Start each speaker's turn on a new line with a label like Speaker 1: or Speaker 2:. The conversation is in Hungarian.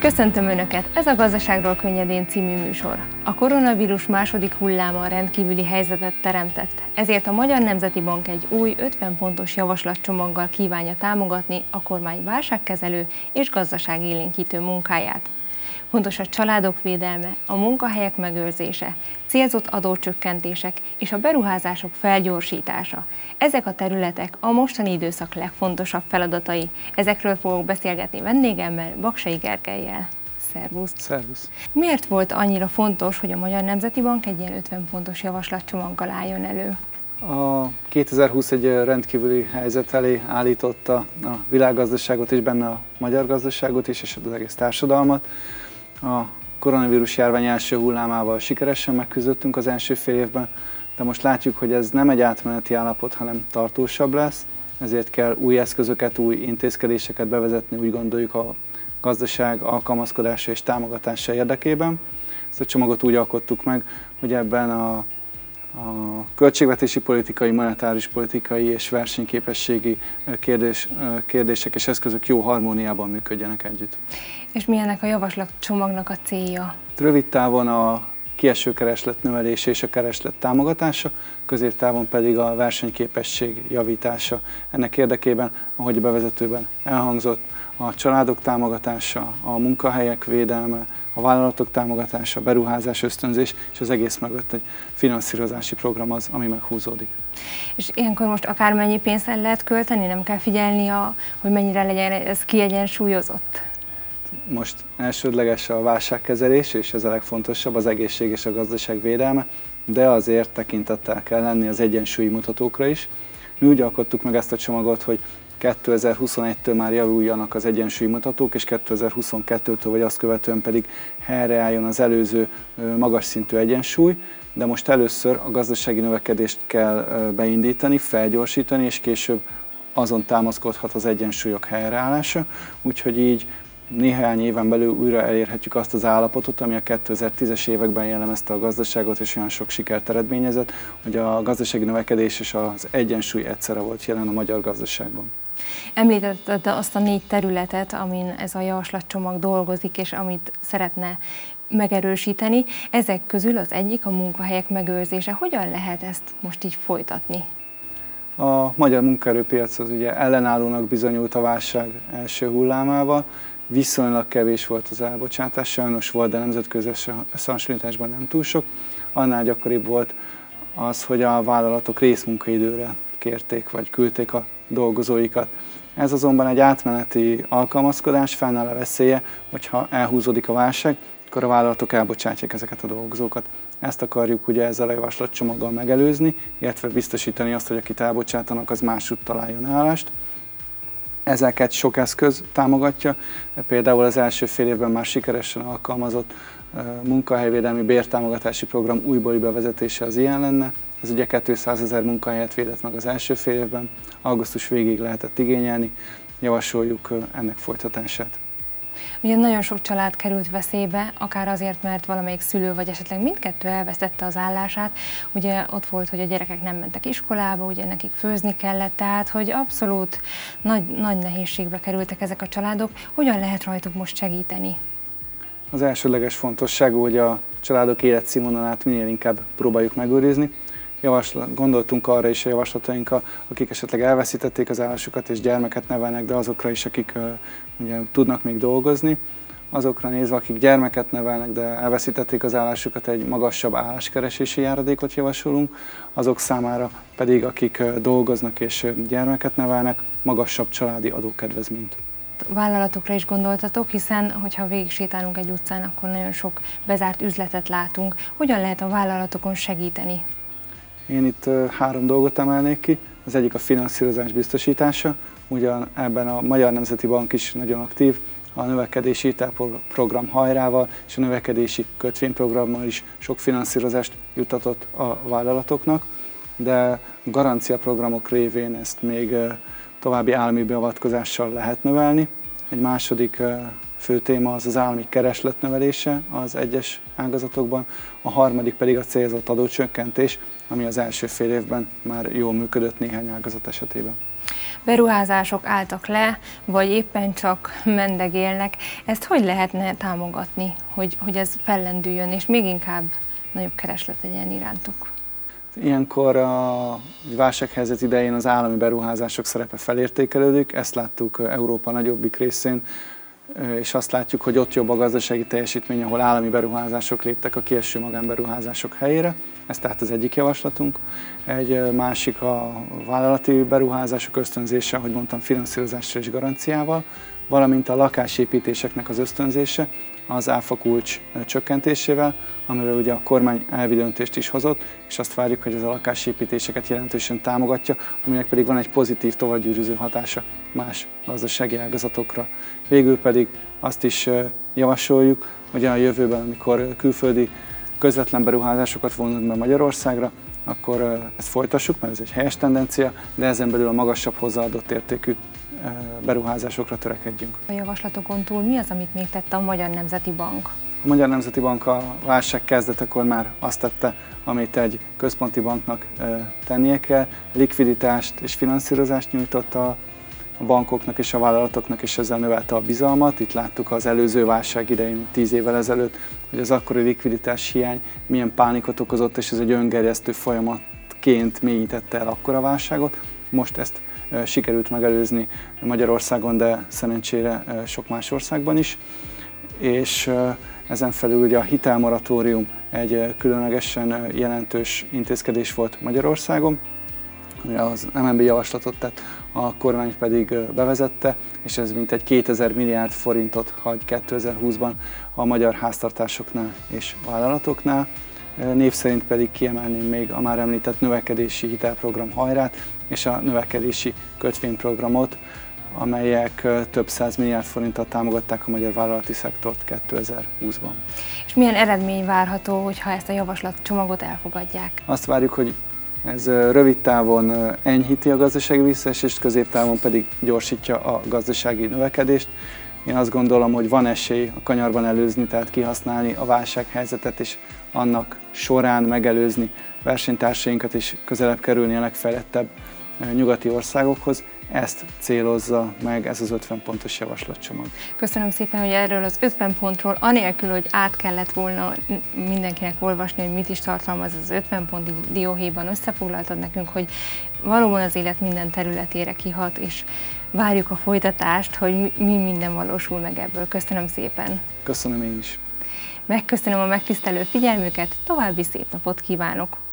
Speaker 1: Köszöntöm Önöket! Ez a Gazdaságról könnyedén című műsor. A koronavírus második hulláma rendkívüli helyzetet teremtett, ezért a Magyar Nemzeti Bank egy új 50 pontos javaslatcsomaggal kívánja támogatni a kormány válságkezelő és gazdaságélénkítő munkáját. Fontos a családok védelme, a munkahelyek megőrzése, célzott adócsökkentések és a beruházások felgyorsítása. Ezek a területek a mostani időszak legfontosabb feladatai. Ezekről fogok beszélgetni vendégemmel, Baksay Gergellyel. Szervusz!
Speaker 2: Szervusz!
Speaker 1: Miért volt annyira fontos, hogy a Magyar Nemzeti Bank egy ilyen 50 pontos javaslatcsomaggal álljon elő?
Speaker 2: A 2020 egy rendkívüli helyzet elé állította a világgazdaságot és benne a magyar gazdaságot is, és az egész társadalmat. A koronavírus járvány első hullámával sikeresen megküzdöttünk az első fél évben, de most látjuk, hogy ez nem egy átmeneti állapot, hanem tartósabb lesz, ezért kell új eszközöket, új intézkedéseket bevezetni, úgy gondoljuk a gazdaság alkalmazkodása és támogatása érdekében. Ezt a csomagot úgy alkottuk meg, hogy ebben a költségvetési politikai, monetáris politikai és versenyképességi kérdések és eszközök jó harmóniában működjenek együtt.
Speaker 1: És mi ennek a javaslatcsomagnak a célja?
Speaker 2: Rövid távon a kieső kereslet növelése és a kereslet támogatása, középtávon pedig a versenyképesség javítása. Ennek érdekében, ahogy a bevezetőben elhangzott, a családok támogatása, a munkahelyek védelme, a vállalatok támogatása, a beruházás ösztönzés, és az egész mögött egy finanszírozási program az, ami meghúzódik.
Speaker 1: És ilyenkor most akármennyi pénzt el lehet költeni, nem kell figyelni, hogy mennyire legyen ez kiegyensúlyozott?
Speaker 2: Most elsődleges a válságkezelés, és ez a legfontosabb, az egészség és a gazdaság védelme, de azért tekintettel kell lenni az egyensúlyi mutatókra is. Mi úgy alkottuk meg ezt a csomagot, hogy 2021-től már javuljanak az egyensúlyi mutatók, és 2022-től vagy azt követően pedig helyreálljon az előző magas szintű egyensúly, de most először a gazdasági növekedést kell beindítani, felgyorsítani, és később azon támaszkodhat az egyensúlyok helyreállása, úgyhogy így néhány éven belül újra elérhetjük azt az állapotot, ami a 2010-es években jellemezte a gazdaságot, és olyan sok sikert eredményezett, hogy a gazdasági növekedés és az egyensúly egyszerre volt jelen a magyar gazdaságban.
Speaker 1: Említetted azt a 4 területet, amin ez a javaslatcsomag dolgozik, és amit szeretne megerősíteni. Ezek közül az egyik a munkahelyek megőrzése. Hogyan lehet ezt most így folytatni?
Speaker 2: A magyar munkaerőpiac az ugye ellenállónak bizonyult a válság első hullámával. Viszonylag kevés volt az elbocsátás, sajnos volt, de nemzetközi összehasonlításban nem túl sok. Annál gyakoribb volt az, hogy a vállalatok részmunkaidőre kérték vagy küldték a dolgozóikat. Ez azonban egy átmeneti alkalmazkodás, fennáll a veszélye, hogyha elhúzódik a válság, akkor a vállalatok elbocsátják ezeket a dolgozókat. Ezt akarjuk ugye ezzel a javaslatcsomaggal megelőzni, illetve biztosítani azt, hogy akit elbocsátanak, az másút találjon állást. Ezeket sok eszköz támogatja, például az első fél évben már sikeresen alkalmazott munkahelyvédelmi bértámogatási program újbóli bevezetése az ilyen lenne. Ez ugye 200 000 munkahelyet védett meg az első fél évben, augusztus végéig lehetett igényelni, javasoljuk ennek folytatását.
Speaker 1: Ugye nagyon sok család került veszélybe, akár azért, mert valamelyik szülő vagy esetleg mindkettő elvesztette az állását. Ugye ott volt, hogy a gyerekek nem mentek iskolába, ugye nekik főzni kellett, tehát hogy abszolút nagy nehézségbe kerültek ezek a családok. Hogyan lehet rajtuk most segíteni?
Speaker 2: Az elsődleges fontosságú, hogy a családok életszínvonalát minél inkább próbáljuk megőrizni. Gondoltunk arra is a javaslatainkkal, akik esetleg elveszítették az állásukat és gyermeket nevelnek, de azokra is, akik ugye, tudnak még dolgozni. Azokra nézve, akik gyermeket nevelnek, de elveszítették az állásukat, egy magasabb álláskeresési járadékot javasolunk. Azok számára pedig, akik dolgoznak és gyermeket nevelnek, magasabb családi adókedvezményt.
Speaker 1: Vállalatokra is gondoltatok, hiszen hogyha végig sétálunk egy utcán, akkor nagyon sok bezárt üzletet látunk. Hogyan lehet a vállalatokon segíteni?
Speaker 2: Én itt 3 dolgot emelnék ki. Az egyik a finanszírozás biztosítása. Ugyan ebben a Magyar Nemzeti Bank is nagyon aktív, a növekedési hitelprogram hajrával és a növekedési kötvényprogrammal is sok finanszírozást juttatott a vállalatoknak, de garanciaprogramok révén ezt még további állami beavatkozással lehet növelni. Egy második fő téma az az állami kereslet növelése az egyes ágazatokban, a harmadik pedig a célzott adócsökkentés, ami az első fél évben már jól működött néhány ágazat esetében.
Speaker 1: beruházások álltak le, vagy éppen csak mendegélnek. Ezt hogy lehetne támogatni, hogy ez fellendüljön, és még inkább nagyobb kereslet legyen irántuk?
Speaker 2: Ilyenkor a válsághelyzet idején az állami beruházások szerepe felértékelődik, ezt láttuk Európa nagyobbik részén, és azt látjuk, hogy ott jobb a gazdasági teljesítmény, ahol állami beruházások léptek a kieső magánberuházások helyére. Ez tehát az egyik javaslatunk. Egy másik a vállalati beruházások ösztönzése, ahogy mondtam, finanszírozással és garanciával, valamint a lakásépítéseknek az ösztönzése az áfa kulcs csökkentésével, amiről ugye a kormány elvi döntést is hozott, és azt várjuk, hogy ez a lakásépítéseket jelentősen támogatja, aminek pedig van egy pozitív továbbgyűrűző hatása más gazdasági ágazatokra. Végül pedig azt is javasoljuk, hogy a jövőben, amikor külföldi közvetlen beruházásokat vonunk be Magyarországra, akkor ezt folytassuk, mert ez egy helyes tendencia, de ezen belül a magasabb hozzáadott értékű beruházásokra törekedjünk.
Speaker 1: A javaslatokon túl mi az, amit még tette a Magyar Nemzeti Bank?
Speaker 2: A Magyar Nemzeti Bank a válság kezdetekor már azt tette, amit egy központi banknak tennie kell, likviditást és finanszírozást nyújtott a bankoknak és a vállalatoknak, és ezzel növelte a bizalmat. Itt láttuk az előző válság idején, 10 évvel ezelőtt, hogy az akkori likviditás hiány milyen pánikot okozott, és ez egy öngerjesztő folyamatként mélyítette el akkora válságot. Most ezt sikerült megelőzni Magyarországon, de szerencsére sok más országban is. És ezen felül ugye a hitelmoratórium egy különlegesen jelentős intézkedés volt Magyarországon, ami az MNB javaslatot tett, a kormány pedig bevezette, és ez mintegy 2000 milliárd forintot hagy 2020-ban a magyar háztartásoknál és vállalatoknál. Név szerint pedig kiemelném még a már említett növekedési hitelprogram Hajrát és a növekedési kötvényprogramot, amelyek több 100 milliárd forinttal támogatták a magyar vállalati szektort 2020-ban.
Speaker 1: És milyen eredmény várható, hogyha ezt a javaslatcsomagot elfogadják?
Speaker 2: Azt várjuk, hogy ez rövid távon enyhíti a gazdasági visszaesést, középtávon pedig gyorsítja a gazdasági növekedést. Én azt gondolom, hogy van esély a kanyarban előzni, tehát kihasználni a válsághelyzetet, és annak során megelőzni versenytársainkat, és közelebb kerülni a legfejlettebb nyugati országokhoz. Ezt célozza meg ez az 50 pontos javaslatcsomag.
Speaker 1: Köszönöm szépen, hogy erről az 50 pontról, anélkül, hogy át kellett volna mindenkinek olvasni, hogy mit is tartalmaz az 50 pont, dióhéjban összefoglaltad nekünk, hogy valóban az élet minden területére kihat, és várjuk a folytatást, hogy mi minden valósul meg ebből. Köszönöm szépen.
Speaker 2: Köszönöm én is.
Speaker 1: Megköszönöm a megtisztelő figyelmüket, további szép napot kívánok!